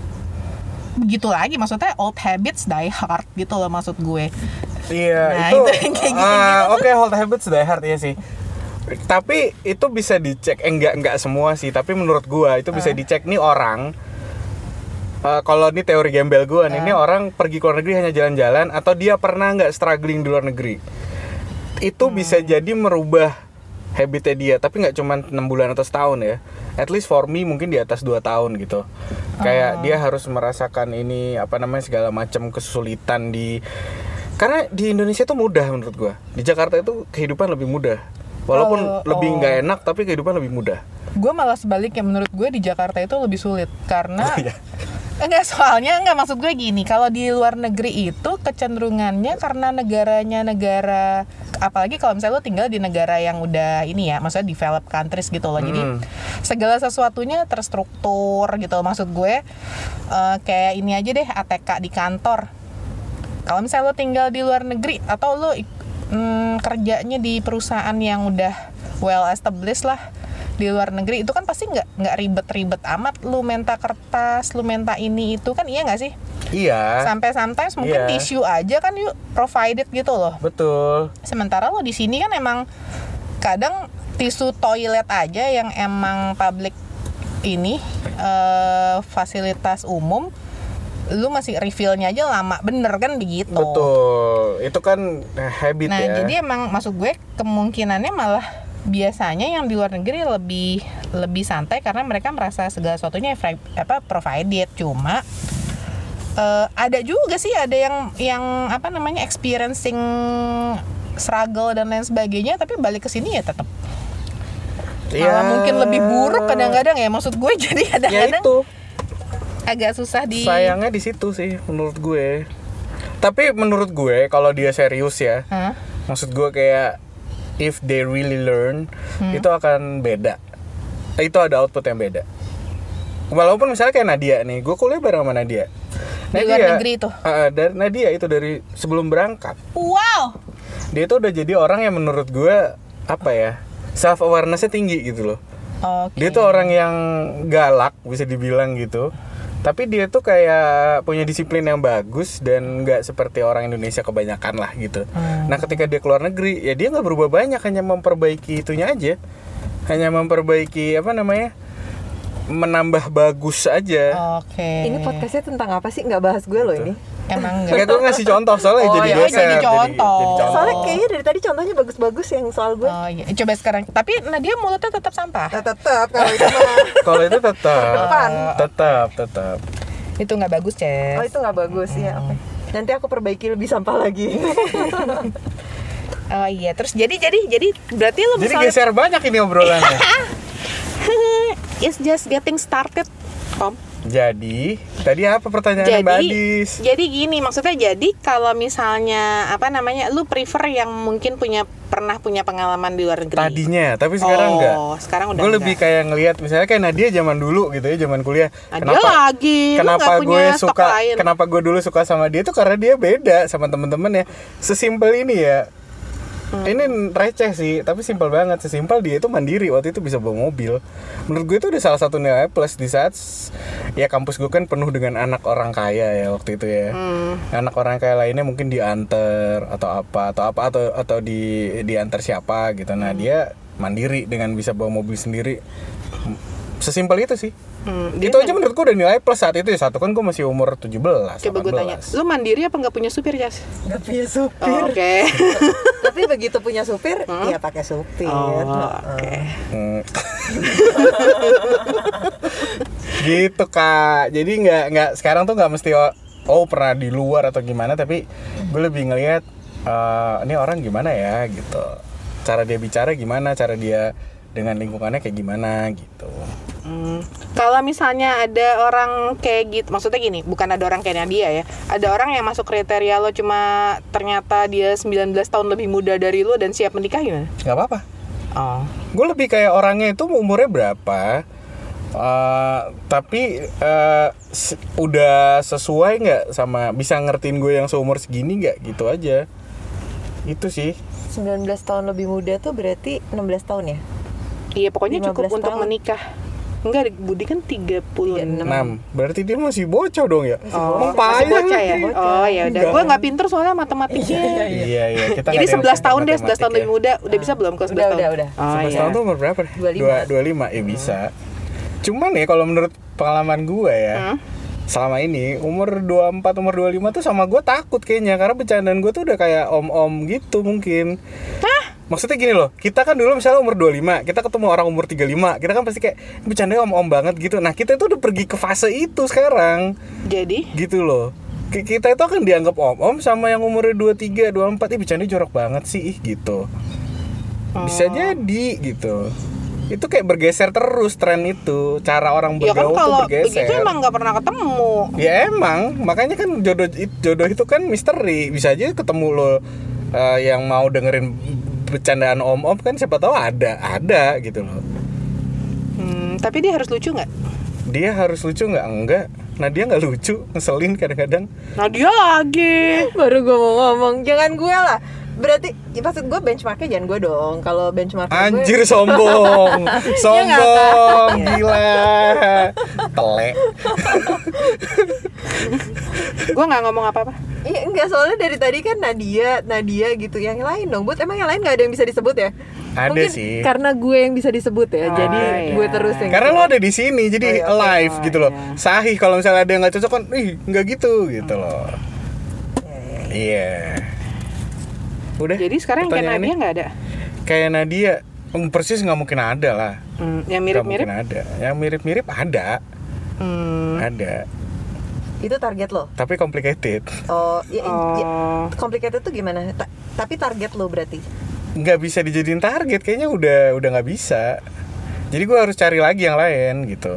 begitu lagi, maksudnya old habits die hard gitu loh maksud gue. Iya, Nah, itu, itu yang kayak gitu-gitu ah, tuh. oke, hold habits die hard ya sih. Tapi itu bisa dicek, eh, enggak enggak semua sih, tapi menurut gua itu bisa Ah. dicek nih orang. eh, kalau ini teori gembel gua nih, Ah. ini orang pergi ke luar negeri hanya jalan-jalan atau dia pernah nggak struggling di luar negeri. Itu Hmm. bisa jadi merubah habitnya dia, tapi nggak cuma enam bulan atau setahun ya. At least for me mungkin di atas dua tahun gitu. Kayak Ah. dia harus merasakan ini apa namanya segala macam kesulitan di, karena di Indonesia tuh mudah menurut gua. Di Jakarta itu kehidupan lebih mudah. Walaupun Kalau- lebih oh. nggak enak tapi kehidupan lebih mudah. Gue malah sebaliknya, menurut gue di Jakarta itu lebih sulit karena Oh, iya. enggak, soalnya enggak, maksud gue gini, kalau di luar negeri itu kecenderungannya karena negaranya negara, apalagi kalau misalnya lo tinggal di negara yang udah ini ya, maksudnya developed countries gitu loh. Jadi Hmm. segala sesuatunya terstruktur gitu. Maksud gue eh, kayak ini aja deh, A T K di kantor. Kalau misalnya lo tinggal di luar negeri atau lo mm, kerjanya di perusahaan yang udah well established lah di luar negeri, itu kan pasti nggak nggak ribet-ribet amat. Lu minta kertas, lu minta ini itu kan, iya nggak sih? Iya. Sampai sometimes mungkin Iya. tisu aja kan yuk provided gitu loh. Betul. Sementara lo di sini kan emang kadang tisu toilet aja yang emang public ini eh, fasilitas umum, lu masih refillnya aja lama bener kan begitu. Betul. Itu kan habit Nah ya. jadi emang maksud gue kemungkinannya malah biasanya yang di luar negeri lebih lebih santai karena mereka merasa segala sesuatunya fri- apa provided. Cuma eh, ada juga sih ada yang yang apa namanya experiencing struggle dan lain sebagainya, tapi balik ke sini ya tetap Malah mungkin lebih buruk kadang-kadang ya. Maksud gue jadi Ya kadang-kadang itu agak susah di sayangnya di situ sih menurut gue. Tapi menurut gue kalau dia serius ya, Hah? maksud gue kayak if they really learn, Hmm. itu akan beda. Itu ada output yang beda. Walaupun misalnya kayak Nadia nih, gue kuliah bareng sama Nadia. Di luar negeri tuh? Uh, dari Nadia itu dari sebelum berangkat. Wow. Dia tuh udah jadi orang yang menurut gue apa ya, self awarenessnya tinggi gitu loh. Oke. Dia tuh orang yang galak bisa dibilang gitu. Tapi dia tuh kayak punya disiplin yang bagus dan nggak seperti orang Indonesia kebanyakan lah gitu. Hmm. Nah ketika dia keluar negeri ya dia nggak berubah banyak, hanya memperbaiki itunya aja, hanya memperbaiki apa namanya, menambah bagus aja. Oke. Ini podcastnya tentang apa sih? Nggak bahas gue loh ini. Emang Kayak enggak. gue ngasih contoh soalnya Oh, jadi iya, dosen. jadi contoh. contoh. Soalnya kayaknya dari tadi contohnya bagus-bagus yang soal gue. Oh iya, coba sekarang. Tapi Nadia mulutnya tetap sampah. Nah, tetap kalau itu mah. Kalau itu tetap, Depan. tetap, tetap. Itu nggak bagus, Ces. Oh itu nggak bagus ya. Oke. Nanti aku perbaiki lebih sampah lagi. Oh iya, terus jadi jadi jadi berarti lu Jadi misalnya geser banyak ini obrolannya. it's just getting started, Om. Jadi tadi apa pertanyaannya Mbak Jadi Adis? jadi gini, maksudnya jadi kalau misalnya apa namanya, lu prefer yang mungkin punya pernah punya pengalaman di luar negeri. Tadinya, tapi sekarang oh, enggak. sekarang udah Gue lebih enggak. kayak ngelihat misalnya kayak Nadia zaman dulu gitu ya, zaman kuliah. Nadia lagi, lu kenapa nggak punya gue stok suka lain. kenapa gue dulu suka sama dia tuh karena dia beda sama temen-temen ya. Sesimpel ini ya. Hmm. Ini receh sih, tapi simpel banget. Sesimpel dia itu mandiri, waktu itu bisa bawa mobil. Menurut gue itu udah salah satu nilai plus di saat ya kampus gue kan penuh dengan anak orang kaya ya waktu itu ya. Hmm. Anak orang kaya lainnya mungkin diantar atau apa atau apa atau atau di diantar siapa gitu. Nah, dia mandiri dengan bisa bawa mobil sendiri. Sesimpel itu sih. Hmm, Itu dia aja menurut gue udah nilai plus saat itu ya. Satu kan gue masih umur tujuh belas, Coba gue tanya, delapan belas. lu mandiri apa nggak punya supir, Jas? Nggak punya supir. Oh, Oke. Tapi begitu punya supir, ya pakai supir. Oh, Heeh. oke. Hmm. Gitu Kak. Jadi nggak nggak sekarang tuh nggak mesti oh, oh pernah di luar atau gimana, tapi gue lebih ngelihat eh, ini orang gimana ya gitu. Cara dia bicara gimana, cara dia dengan lingkungannya kayak gimana gitu. Hmm. Kalau misalnya ada orang kayak gitu, maksudnya gini, bukan ada orang kayak Nadia ya. Ada orang yang masuk kriteria lo cuma ternyata dia sembilan belas tahun lebih muda dari lo dan siap menikah, gimana? Nggak apa-apa. Oh. Gue lebih kayak orangnya itu umurnya berapa, uh, tapi uh, se- udah sesuai nggak sama, bisa ngertiin gue yang seumur segini nggak, gitu aja. Itu sih. sembilan belas tahun lebih muda tuh berarti enam belas tahun ya? Iya, pokoknya lima cukup belas untuk tahun. menikah. Enggak, Budi kan tiga puluh enam. enam. Berarti dia masih bocah dong ya. Oh, Emang masih payah bocah ya? lagi. Oh, ya udah. Enggak. Gue nggak pinter soalnya matematiknya. Iya iya. Kita Jadi nggak ada yang sebelas pintar tahun deh, sebelas tahun matematik lebih ya. muda. Udah bisa belum kalau sebelas Udah, tahun? udah, udah. Oh, sebelas iya. tahun tuh umur berapa? dua puluh lima. Dua- dua puluh lima ya bisa. Cuman ya kalau menurut pengalaman gue ya, Hmm? selama ini umur dua puluh empat, umur dua puluh lima tuh sama gue takut kayaknya, karena bercandaan gue tuh udah kayak om-om gitu mungkin. Hah? Maksudnya gini loh, kita kan dulu misalnya umur dua puluh lima, kita ketemu orang umur tiga puluh lima, kita kan pasti kayak bercandanya om-om banget gitu. Nah, kita itu udah pergi ke fase itu sekarang. Jadi? Gitu loh. K- Kita itu akan dianggap om-om sama yang umurnya dua puluh tiga, dua puluh empat, ih bercandanya jorok banget sih, ih gitu. Bisa Oh. jadi gitu. Itu kayak bergeser terus tren itu, cara orang Ya kan bergaul tuh kalau bergeser. begitu emang nggak pernah ketemu. Ya emang, makanya kan jodoh jodoh itu kan misteri. Bisa aja ketemu lo uh, yang mau dengerin bercandaan om-om kan, siapa tahu ada, ada gitu loh. Hmm, tapi dia harus lucu nggak? Dia harus lucu nggak? Enggak. Nah dia nggak lucu, ngeselin kadang-kadang. Nah dia lagi. Baru gue mau ngomong, jangan gue lah. Berarti, ya maksud gue benchmarknya jangan gue dong. Kalau benchmark Anjir gue, sombong, sombong, gila, telek. Gue nggak ngomong apa-apa. iya enggak, soalnya dari tadi kan Nadia, Nadia gitu. Yang lain dong, Bud, emang yang lain nggak ada yang bisa disebut ya? Ada Mungkin sih. karena gue yang bisa disebut ya, Oh, jadi iya. gue terus yang Karena lo disebut. ada di sini, jadi Oh, iya, oke. alive Oh, gitu loh. iya. Sahih kalau misalnya ada yang nggak cocok kan, ih nggak gitu gitu loh. Iya, iya, iya. Iya. Udah. Jadi sekarang yang kayak pertanyaannya. Nadia nggak ada. Kayak Nadia, um, persis nggak mungkin ada lah. Hmm, yang Nggak mirip-mirip. mungkin ada. Yang mirip-mirip ada, Hmm. ada. Itu target lo? Tapi complicated. Oh, ya, ya, Oh. complicated tuh gimana? Ta- tapi target lo berarti? Nggak bisa dijadiin target, kayaknya udah udah nggak bisa. Jadi gue harus cari lagi yang lain gitu.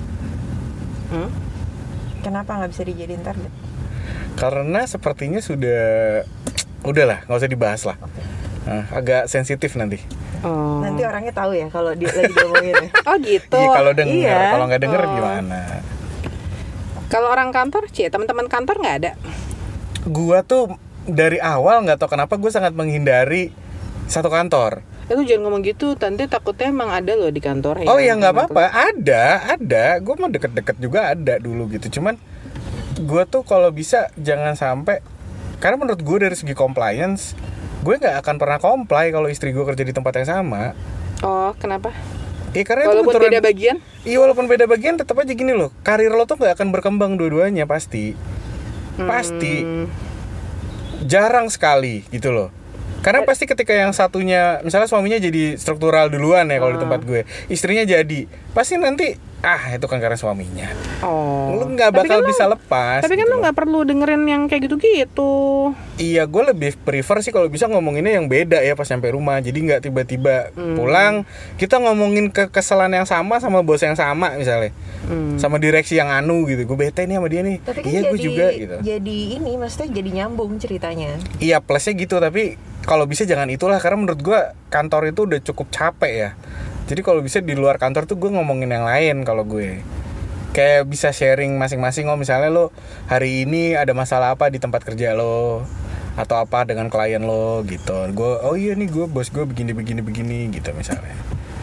Hmm? Kenapa nggak bisa dijadiin target? Karena sepertinya sudah, udahlah, nggak usah dibahas lah. Nah, agak sensitif nanti. Oh. Nanti orangnya tahu ya kalau di, lagi diomongin ya. Oh gitu. Iya kalau denger, Iya. kalau nggak denger Oh. gimana? Kalau orang kantor, cie, teman-teman kantor nggak ada. Gua tuh dari awal nggak tahu kenapa gue sangat menghindari satu kantor. Itu jangan ngomong gitu, tante takutnya emang ada loh di kantor. Oh ya yang nggak emang apa-apa, ada, ada. Gue mau deket-deket juga ada dulu gitu. Cuman gue tuh kalau bisa jangan sampai, karena menurut gue dari segi compliance, gue nggak akan pernah comply kalau istri gue kerja di tempat yang sama. tuh- Oh, kenapa? Iya karena Walaupun itu beda bagian? Iya walaupun beda bagian tetap aja gini loh. Karir lo tuh nggak akan berkembang dua-duanya pasti. Pasti. Hmm. Jarang sekali gitu loh. Karena pasti ketika yang satunya, misalnya suaminya jadi struktural duluan ya kalau di tempat gue, istrinya jadi, pasti nanti ah itu kan karena suaminya. Oh. Lu nggak Tapi bakal kan lu- bisa lepas. Tapi kan gitu lu loh. nggak perlu dengerin yang kayak gitu-gitu. Iya, gue lebih prefer sih kalau bisa ngomonginnya yang beda ya pas sampai rumah. Jadi nggak tiba-tiba Hmm. pulang kita ngomongin kekesalan yang sama sama bos yang sama misalnya, Hmm. sama direksi yang anu gitu. Gue bete nih sama dia nih. Tapi kan Iya jadi gue juga gitu. jadi ini maksudnya jadi nyambung ceritanya. Iya plusnya gitu, tapi kalau bisa jangan itulah karena menurut gue kantor itu udah cukup capek ya. Jadi kalau bisa di luar kantor tuh gue ngomongin yang lain kalau gue. Kayak bisa sharing masing-masing, oh misalnya lo hari ini ada masalah apa di tempat kerja lo atau apa dengan klien lo gitu. Gue oh iya nih gue bos gue begini begini begini gitu misalnya.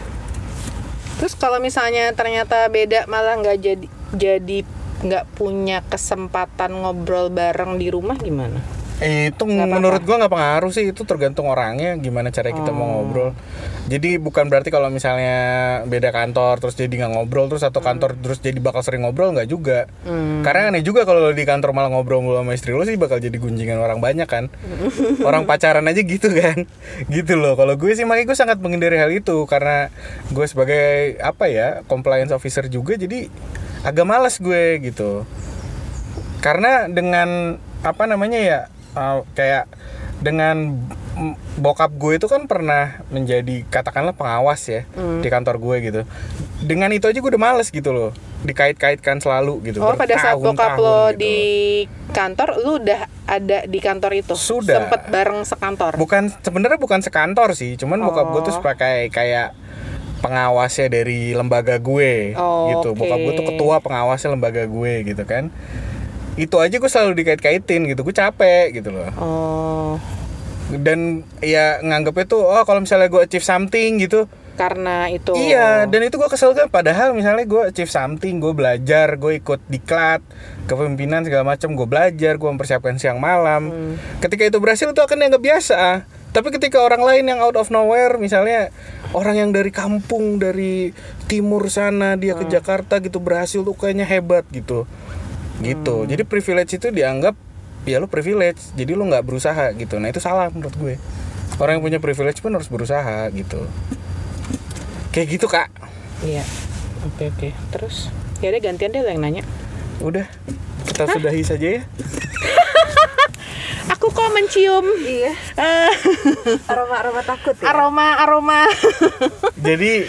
Terus kalau misalnya ternyata beda malah nggak jadi jadi nggak punya kesempatan ngobrol bareng di rumah gimana? Eh, itu Nggak menurut apa-apa. gua nggak pengaruh sih, itu tergantung orangnya gimana cara kita mau Oh. ngobrol. Jadi bukan berarti kalau misalnya beda kantor terus jadi nggak ngobrol, terus satu kantor terus jadi bakal sering ngobrol, nggak juga. Hmm. Karena aneh juga kalau di kantor malah ngobrol mulu sama istri lo sih bakal jadi gunjingan orang banyak kan. Orang pacaran aja gitu kan. Gitu loh. Kalau gue sih makanya gue sangat menghindari hal itu karena gue sebagai apa ya compliance officer juga jadi agak malas gue gitu. Karena dengan apa namanya ya uh, kayak dengan mm, bokap gue itu kan pernah menjadi katakanlah pengawas ya Hmm. di kantor gue gitu. Dengan itu aja gue udah males gitu loh, dikait-kaitkan selalu gitu. Oh, pada saat bokap lo bertahun-tahun gitu. di kantor, lu udah ada di kantor itu? Sudah. Sempet bareng sekantor? Bukan sebenarnya bukan sekantor sih, cuman bokap gue tuh Oh. sebagai kayak pengawasnya dari lembaga gue Oh, gitu. Bokap gue tuh oke. ketua pengawasnya lembaga gue gitu kan. Itu aja gue selalu dikait-kaitin gitu, gue capek gitu loh. Oh, Dan ya nganggepnya tuh oh kalau misalnya gue achieve something gitu, karena itu. iya, dan itu gue kesel kan. Padahal misalnya gue achieve something, gue belajar, gue ikut diklat, kepemimpinan segala macam, gue belajar, gue mempersiapkan siang malam. Hmm. Ketika itu berhasil itu akan dianggap biasa. Tapi ketika orang lain yang out of nowhere, misalnya orang yang dari kampung, dari timur sana dia ke Jakarta gitu berhasil tuh kayaknya hebat gitu. Gitu. Jadi privilege itu dianggap ya lu privilege, jadi lu nggak berusaha gitu. Nah itu salah menurut gue. Orang yang punya privilege pun harus berusaha gitu. Kayak gitu kak. Iya. Oke oke. Terus ya udah gantian deh lo yang nanya. Udah kita sudahi saja ya. Aku kok mencium Iya. eh, Aroma-aroma takut ya. aroma aroma. Jadi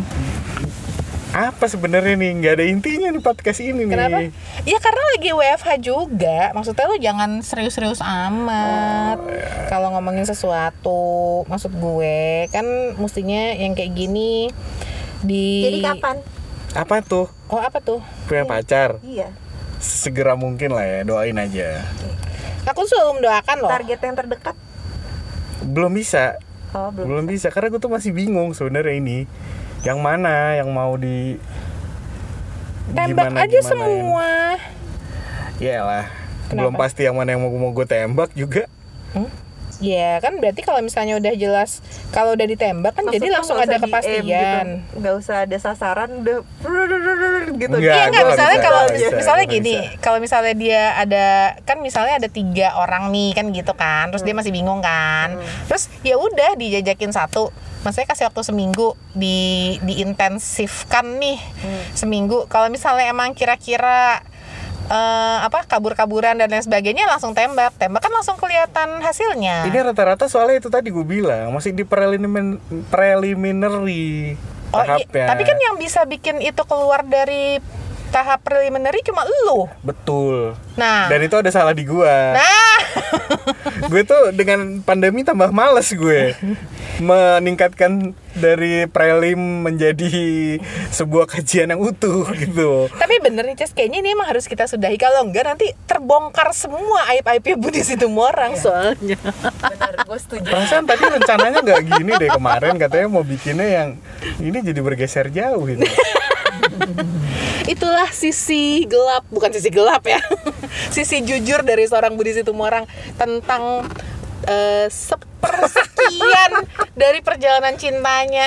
apa sebenarnya nih, nggak ada intinya nih podcast ini nih. Kenapa? Ya karena lagi W F H juga. Maksudnya lu jangan serius-serius amat. Kalau ngomongin sesuatu, maksud gue kan mestinya yang kayak gini di. Jadi kapan? Apa tuh? Oh apa tuh? Punya pacar? Iya. Segera mungkin lah ya, doain aja. Aku selalu mendoakan loh. Target yang terdekat? Belum bisa, Oh, belum. belum bisa karena gue tuh masih bingung sebenarnya ini. Yang mana yang mau di Tembak gimana- aja gimanain. semua. Yaelah, Kenapa? belum pasti yang mana yang mau mau gue tembak juga. Hmm? Ya kan berarti kalau misalnya udah jelas kalau udah ditembak kan jadi Maksudnya langsung nggak ada usah di aim kepastian. gitu. Nggak usah ada sasaran udah gitu. Enggak, Iya gua nggak nggak misalnya bisa, kalau nggak bisa, misalnya gua nggak gini, bisa. kalau misalnya dia ada kan misalnya ada tiga orang nih kan gitu kan, terus dia masih bingung kan, terus ya udah dijajakin satu, maksudnya kasih waktu seminggu di diintensifkan nih seminggu. Kalau misalnya emang kira-kira eh, apa kabur-kaburan dan lain sebagainya langsung tembak, tembak kan langsung kelihatan hasilnya. Ini rata-rata soalnya itu tadi gue bilang masih di prelimin preliminary. Oh, i- tahapnya. tapi kan yang bisa bikin itu keluar dari tahap preliminary cuma lu. Betul. Nah. Dan itu ada salah di gua. Nah. Gue tuh dengan pandemi tambah males gue meningkatkan dari prelim menjadi sebuah kajian yang utuh gitu. Tapi bener nih Ces, kayaknya ini emang harus kita sudahi. Kalau enggak nanti terbongkar semua aib-aibnya Budi Situmorang soalnya. Benar, gue setuju. Perasaan tadi rencananya nggak gini deh kemarin, katanya mau bikinnya yang ini jadi bergeser jauh gitu. Itulah sisi gelap, bukan sisi gelap ya. Sisi jujur dari seorang Budi Situmorang tentang uh, sepersekian dari perjalanan cintanya.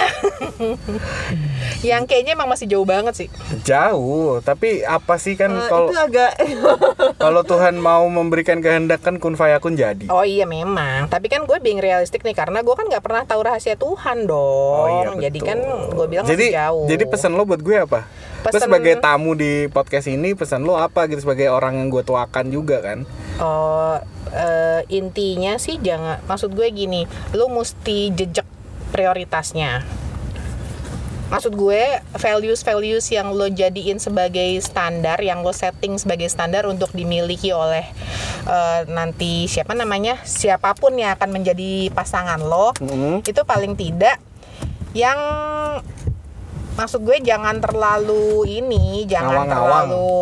Yang kayaknya emang masih jauh banget sih. Jauh, tapi apa sih kan Uh, kalau itu agak kalau Tuhan mau memberikan kehendak kan kun fayakun jadi. Oh iya memang, tapi kan gue being realistik nih karena gue kan nggak pernah tahu rahasia Tuhan dong. Oh, iya, jadi betul. kan gue bilang jadi, masih jauh. Jadi pesan lo buat gue apa? Terus Pesan- sebagai tamu di podcast ini, pesan lo apa gitu sebagai orang yang gue tuakan juga kan? Oh, eh, intinya sih jangan, maksud gue gini, lu mesti jejak prioritasnya. Maksud gue values-values yang lo jadiin sebagai standar, yang lo setting sebagai standar untuk dimiliki oleh uh, nanti siapa namanya, siapapun yang akan menjadi pasangan lo, Mm-hmm. itu paling tidak yang maksud gue jangan terlalu ini, jangan Ngawang-ngawang. terlalu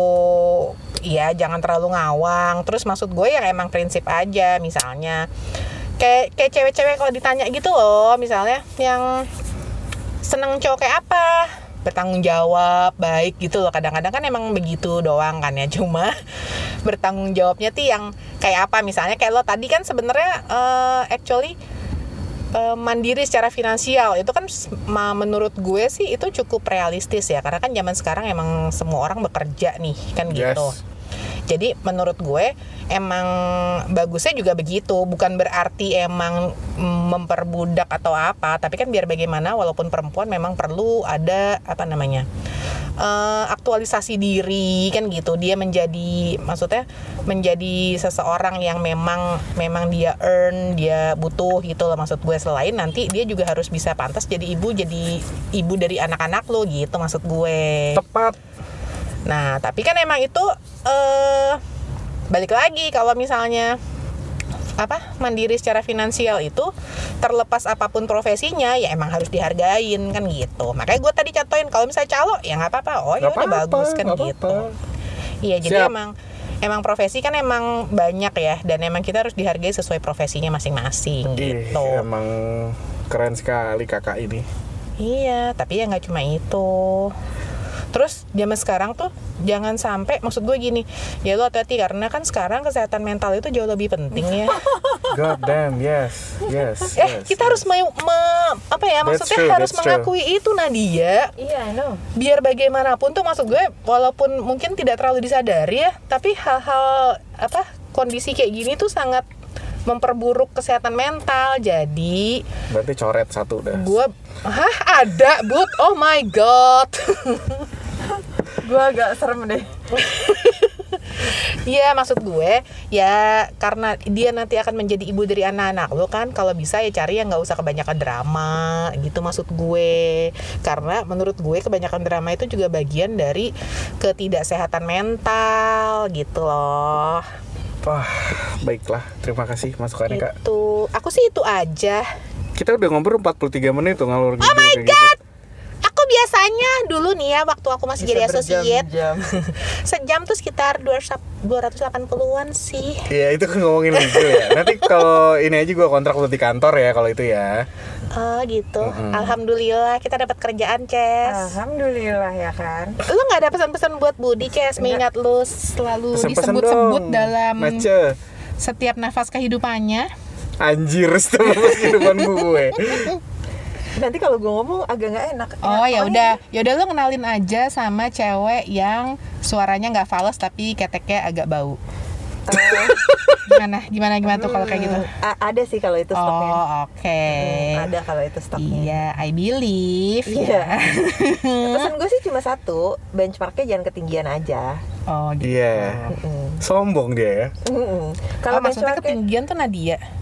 iya, jangan terlalu ngawang. Terus maksud gue yang emang prinsip aja, misalnya kayak kayak cewek-cewek kalau ditanya gitu loh, misalnya yang seneng cowok kayak apa, bertanggung jawab, baik gitu loh. Kadang-kadang kan emang begitu doang kan ya, cuma bertanggung jawabnya tuh yang kayak apa, misalnya kayak lo tadi kan sebenarnya uh, actually uh, mandiri secara finansial itu kan ma- menurut gue sih itu cukup realistis ya, karena kan zaman sekarang emang semua orang bekerja nih kan gitu. Yes. Jadi menurut gue emang bagusnya juga begitu, bukan berarti emang memperbudak atau apa, tapi kan biar bagaimana walaupun perempuan memang perlu ada apa namanya uh, aktualisasi diri kan gitu. Dia menjadi maksudnya menjadi seseorang yang memang memang dia earn, dia butuh gitu loh maksud gue. Selain nanti dia juga harus bisa pantas jadi ibu, jadi ibu dari anak-anak lo gitu maksud gue. Tepat. Nah, tapi kan emang itu eh balik lagi kalau misalnya apa mandiri secara finansial itu terlepas apapun profesinya ya emang harus dihargain kan gitu. Makanya gue tadi contohin kalau misalnya calo ya nggak apa-apa. Oh ya udah bagus kan nggak gitu. apa-apa. Iya, jadi Siap. emang emang profesi kan emang banyak ya, dan emang kita harus dihargai sesuai profesinya masing-masing Ih, gitu. emang keren sekali kakak ini. Iya, tapi ya nggak cuma itu. Terus zaman sekarang tuh jangan sampai, maksud gue gini, ya lo hati-hati karena kan sekarang kesehatan mental itu jauh lebih penting ya. God damn, yes, yes. eh yes, kita yes. harus me- me- apa ya That's maksudnya true, harus that's mengakui itu Nadia. iya, I know. Biar bagaimanapun tuh maksud gue walaupun mungkin tidak terlalu disadari ya, tapi hal-hal apa kondisi kayak gini tuh sangat memperburuk kesehatan mental. Jadi Berarti coret satu dah. gue hah ada but oh my god. Gue agak serem deh. Iya, maksud gue ya karena dia nanti akan menjadi ibu dari anak-anak lo kan, kalau bisa ya cari yang nggak usah kebanyakan drama gitu maksud gue. Karena menurut gue kebanyakan drama itu juga bagian dari ketidaksehatan mental gitu loh. Wah, baiklah. Terima kasih masukannya kak. Itu aku sih itu aja. Kita udah ngobrol empat puluh tiga menit tuh ngalur gitu. Oh my god. Aku biasanya dulu nih ya waktu aku masih jadi associate berjam-jam. sejam tuh sekitar dua ratus delapan puluhan sih. Iya, itu kan ngomongin legal ya. Nanti kalau ini aja gue kontrak lu di kantor ya kalau itu ya. Oh gitu. Mm-hmm. Alhamdulillah kita dapat kerjaan, Ces. Alhamdulillah ya kan. Lu nggak ada pesan-pesan buat Budi, Ces? Mengingat lu selalu Pesen-pesen disebut-sebut dong. dalam Mace. setiap nafas kehidupannya. Anjir, setelah kehidupan gue. Nanti kalau gue ngomong agak nggak enak. Oh ya udah, ya udah lu kenalin aja sama cewek yang suaranya nggak fals tapi keteknya agak bau. Eh, Gimana? Gimana gimana tuh kalau kayak gitu? a- ada sih kalau itu stoknya. Oh, oke. Hmm, ada kalau itu stoknya. Iya, I believe. Iya. Ya. Pesan gue sih cuma satu, benchmarknya jangan ketinggian aja. Oh, gitu. Iya. Mm-mm. Sombong dia ya. Mm-mm. Kalau Kalau maksudnya benchmarknya ketinggian tuh Nadia.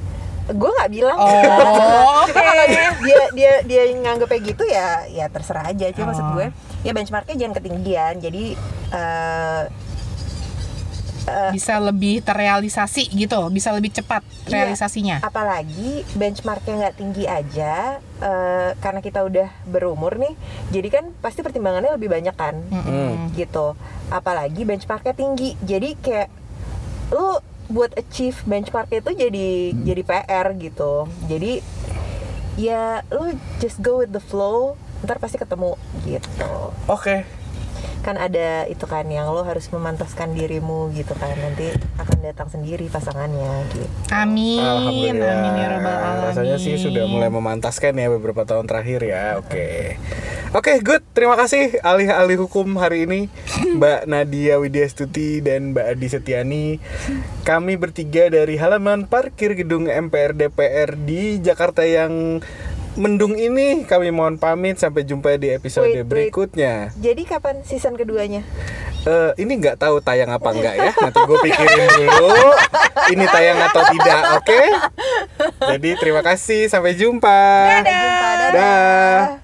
gue nggak bilang. Oh, Cuma kalau dia dia dia dia nganggepnya gitu ya ya terserah aja. Cuma maksud gue ya benchmarknya jangan ketinggian. Jadi eh, eh, bisa lebih terrealisasi gitu, bisa lebih cepat iya, realisasinya. apalagi benchmarknya nggak tinggi aja eh, karena kita udah berumur nih. Jadi kan pasti pertimbangannya lebih banyak kan, Mm-mm. gitu. Apalagi benchmarknya tinggi. Jadi kayak lu buat achieve benchmark itu jadi jadi P R gitu. Jadi ya lu just go with the flow, ntar pasti ketemu gitu. Oke. Kan ada itu kan yang lo harus memantaskan dirimu gitu kan, nanti akan datang sendiri pasangannya gitu. Amin. Alhamdulillah. Amin ya rabbal alamin. Rasanya sih sudah mulai memantaskan ya beberapa tahun terakhir ya. Oke. Oke, good. Terima kasih alih-alih hukum hari ini Mbak Nadia Widyastuti dan Mbak Adi Setiani. Kami bertiga dari halaman parkir gedung M P R D P R di Jakarta yang mendung ini, kami mohon pamit. Sampai jumpa di episode Wait, wait. berikutnya. Jadi kapan season keduanya? Eh, ini nggak tahu tayang apa enggak ya. Nanti gue pikirin dulu ini tayang atau tidak, oke? Jadi terima kasih, sampai jumpa. Sampai jumpa, dadah. Dah.